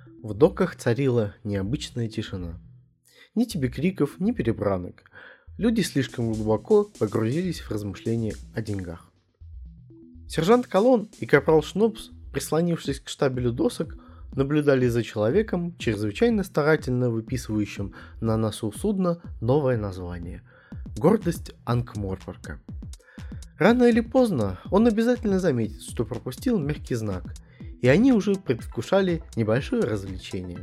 В доках царила необычная тишина. Ни тебе криков, ни перебранок. Люди слишком глубоко погрузились в размышления о деньгах. Сержант Колон и капрал Шнопс, прислонившись к штабелю досок, наблюдали за человеком, чрезвычайно старательно выписывающим на носу судна новое название – «Гордость Анкморпорка». Рано или поздно он обязательно заметит, что пропустил мягкий знак, и они уже предвкушали небольшое развлечение.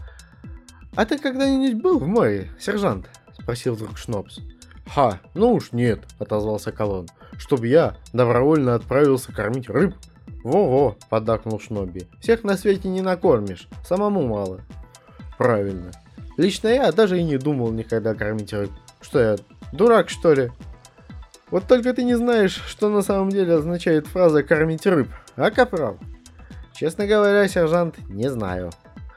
«А ты когда-нибудь был в море, сержант?» – спросил вдруг Шнопс. «Ха, ну уж нет», – отозвался Колон, – «чтоб я добровольно отправился кормить рыб». «Во-во», – поддакнул Шнобби, – «всех на свете не накормишь, самому мало». «Правильно. Лично я даже и не думал никогда кормить рыб. Что я, дурак что ли?» «Вот только ты не знаешь, что на самом деле означает фраза «кормить рыб», а, капрал?» «Честно говоря, сержант, не знаю».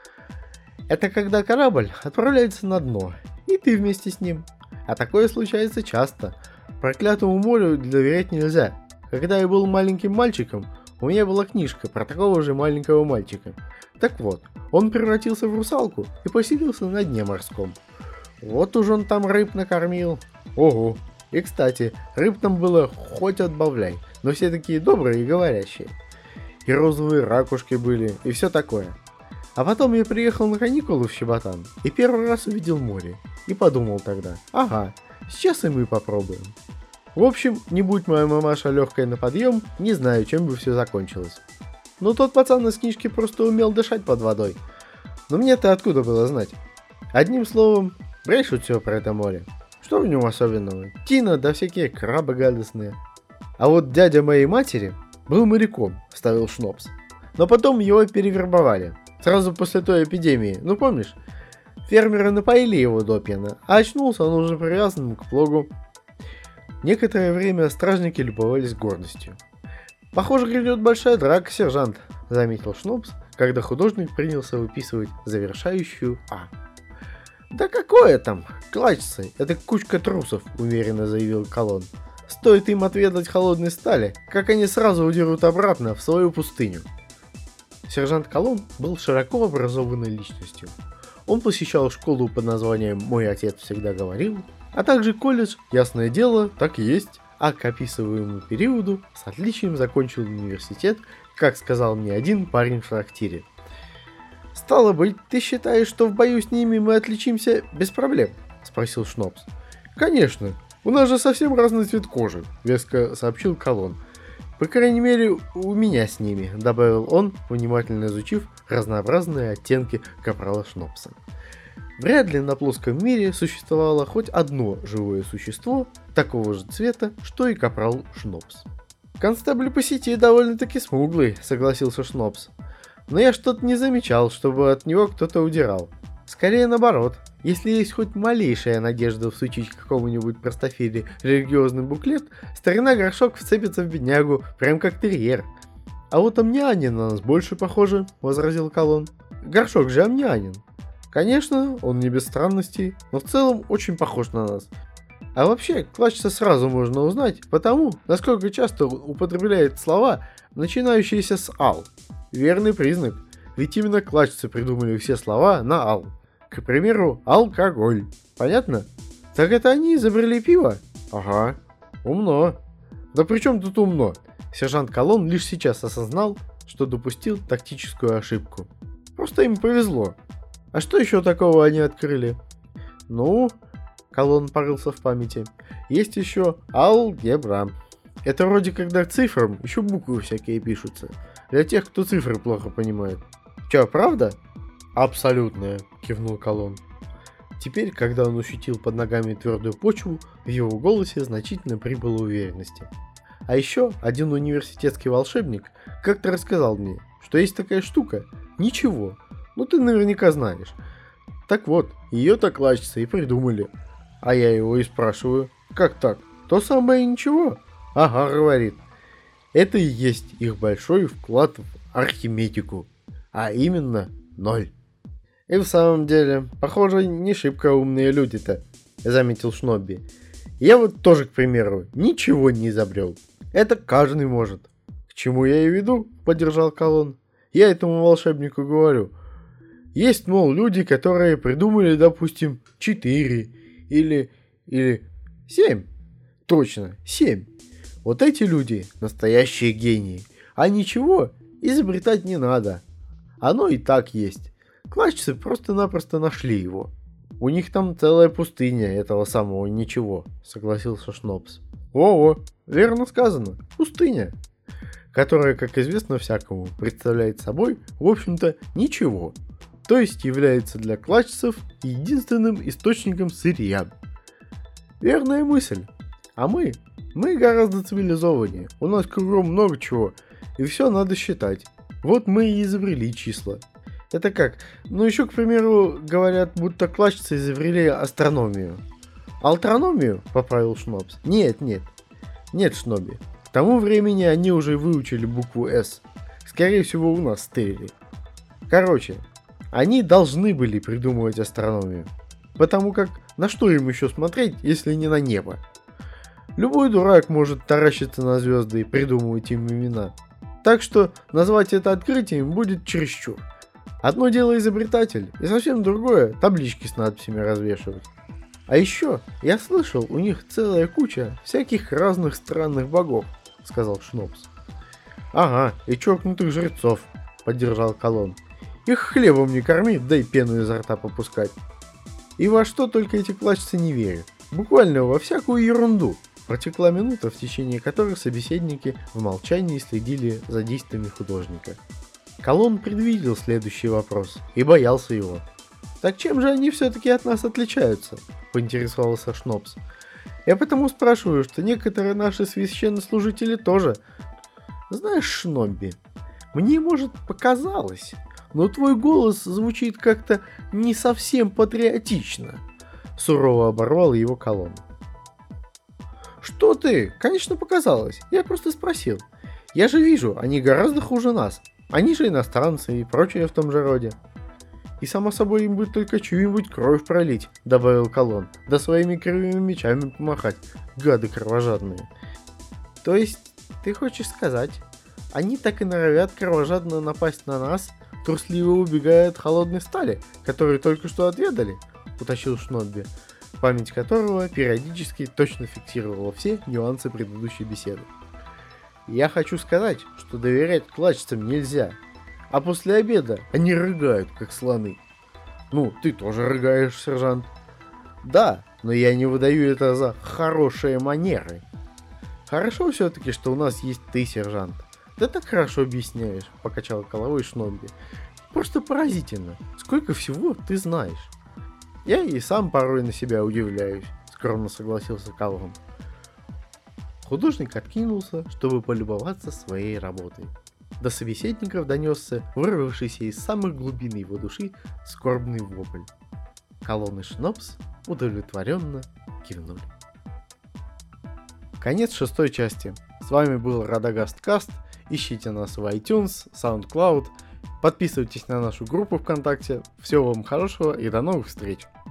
«Это когда корабль отправляется на дно, и ты вместе с ним. А такое случается часто. Проклятому морю доверять нельзя. Когда я был маленьким мальчиком, у меня была книжка про такого же маленького мальчика. Так вот, он превратился в русалку и поселился на дне морском. Вот уж он там рыб накормил. Ого! И, кстати, рыб там было хоть отбавляй, но все такие добрые и говорящие. И розовые ракушки были, и все такое. А потом я приехал на каникулы в Щеботан и первый раз увидел море. И подумал тогда, ага, сейчас и мы попробуем. В общем, не будь моя мамаша легкой на подъем, не знаю, чем бы все закончилось. Но тот пацан из книжки просто умел дышать под водой. Но мне-то откуда было знать? Одним словом, брешут все про это море. Что в нем особенного? Тина да всякие крабы гадостные. А вот дядя моей матери был моряком, вставил Шнопс. Но потом его перевербовали. Сразу после той эпидемии, ну помнишь? Фермеры напоили его до пьяна, а очнулся он уже привязанным к плугу. Некоторое время стражники любовались гордостью. «Похоже, грядет большая драка, сержант», — заметил Шнопс, когда художник принялся выписывать завершающую «А». «Да какое там? Клачцы, это кучка трусов», — уверенно заявил Колон. «Стоит им отведать холодной стали, как они сразу удерут обратно в свою пустыню». Сержант Колон был широко образованной личностью. Он посещал школу под названием «Мой отец всегда говорил», а также колледж, ясное дело, так и есть, а к описываемому периоду с отличием закончил университет, как сказал мне один парень в трактире. «Стало быть, ты считаешь, что в бою с ними мы отличимся без проблем?» – спросил Шнопс. «Конечно, у нас же совсем разный цвет кожи», – веско сообщил Колон. «По крайней мере, у меня с ними», – добавил он, внимательно изучив разнообразные оттенки капрала Шнопса. Вряд ли на плоском мире существовало хоть одно живое существо такого же цвета, что и капрал Шнопс. «Констебль по сети довольно-таки смуглый», — согласился Шнопс. «Но я что-то не замечал, чтобы от него кто-то удирал. Скорее наоборот. Если есть хоть малейшая надежда всучить какому-нибудь простофиле религиозный буклет, старина Горшок вцепится в беднягу, прям как терьер». «А вот амнианин на нас больше похоже», — возразил Колон. «Горшок же амнианин». «Конечно, он не без странностей, но в целом очень похож на нас. А вообще, клачца сразу можно узнать потому, насколько часто он употребляет слова, начинающиеся с «ал». Верный признак, ведь именно клачцы придумали все слова на «ал». К примеру, алкоголь. Понятно? Так это они изобрели пиво? Ага. Умно. Да при чем тут умно? Сержант Колон лишь сейчас осознал, что допустил тактическую ошибку. Просто им повезло. А что еще такого они открыли? Ну, Колон порылся в памяти. Есть еще алгебра. Это вроде когда к цифрам еще буквы всякие пишутся. Для тех, кто цифры плохо понимает. Че, правда? Абсолютная, кивнул Колон. Теперь, когда он ощутил под ногами твердую почву, в его голосе значительно прибыло уверенности. А еще один университетский волшебник как-то рассказал мне, что есть такая штука. Ничего. Ну ты наверняка знаешь. Так вот, ее-то клачцы и придумали. А я его и спрашиваю, как так? То самое ничего? Ага, говорит. Это и есть их большой вклад в архиметику. А именно 0. И в самом деле, похоже, не шибко умные люди-то, заметил Шнобби. Я вот тоже, к примеру, ничего не изобрел. Это каждый может. К чему я и веду, поддержал Колон. Я этому волшебнику говорю. Есть, мол, люди, которые придумали, допустим, 4 или 7. Точно, 7. Вот эти люди настоящие гении. А ничего изобретать не надо. Оно и так есть. Клатчцы просто-напросто нашли его. У них там целая пустыня этого самого ничего, согласился Шнобс. Во-во, верно сказано, пустыня. Которая, как известно всякому, представляет собой, в общем-то, ничего. То есть является для клатчцев единственным источником сырья. Верная мысль. А мы гораздо цивилизованнее. У нас кругом много чего, и все надо считать. Вот мы и изобрели числа. Это как? Ну еще, к примеру, говорят, будто клатчцы изобрели астрономию. Алтрономию? Поправил Шнобс. Нет, Шноби. К тому времени они уже выучили букву «С». Скорее всего, у нас стырили. Короче, они должны были придумывать астрономию. Потому как на что им еще смотреть, если не на небо? Любой дурак может таращиться на звезды и придумывать им имена. Так что назвать это открытием будет чересчур. Одно дело изобретатель, и совсем другое таблички с надписями развешивать. А еще, я слышал, у них целая куча всяких разных странных богов, сказал Шнобс. Ага, и чокнутых жрецов, поддержал Колон. Их хлебом не кормить, да и пену изо рта попускать. И во что только эти клатчцы не верят. Буквально во всякую ерунду. Протекла минута, в течение которой собеседники в молчании следили за действиями художника. Колон предвидел следующий вопрос и боялся его. «Так чем же они все-таки от нас отличаются?» – поинтересовался Шнобс. «Я потому спрашиваю, что некоторые наши священнослужители тоже. Знаешь, Шнобби, мне, может, показалось, но твой голос звучит как-то не совсем патриотично», – сурово оборвал его Колон. «Что ты? Конечно, показалось. Я просто спросил. Я же вижу, они гораздо хуже нас. Они же иностранцы и прочее в том же роде. И само собой им будет только чью-нибудь кровь пролить», — добавил Колон. «Да своими кривыми мечами помахать, гады кровожадные». «То есть, ты хочешь сказать, они так и норовят кровожадно напасть на нас, трусливо убегая от холодной стали, которую только что отведали?» — уточнил Шнобби, память которого периодически точно фиксировала все нюансы предыдущей беседы. «Я хочу сказать, что доверять клатчцам нельзя, а после обеда они рыгают, как слоны». «Ну, ты тоже рыгаешь, сержант». «Да, но я не выдаю это за хорошие манеры». «Хорошо все-таки, что у нас есть ты, сержант. Ты так хорошо объясняешь», — покачал головой Шнобби. «Просто поразительно, сколько всего ты знаешь». «Я и сам порой на себя удивляюсь», — скромно согласился Колон. Художник откинулся, чтобы полюбоваться своей работой. До собеседников донесся вырвавшийся из самых глубин его души скорбный вопль. Колон и Шнобс удовлетворенно кивнули. Конец 6 части. С вами был Радагаст Каст. Ищите нас в iTunes, SoundCloud. Подписывайтесь на нашу группу ВКонтакте. Всего вам хорошего и до новых встреч!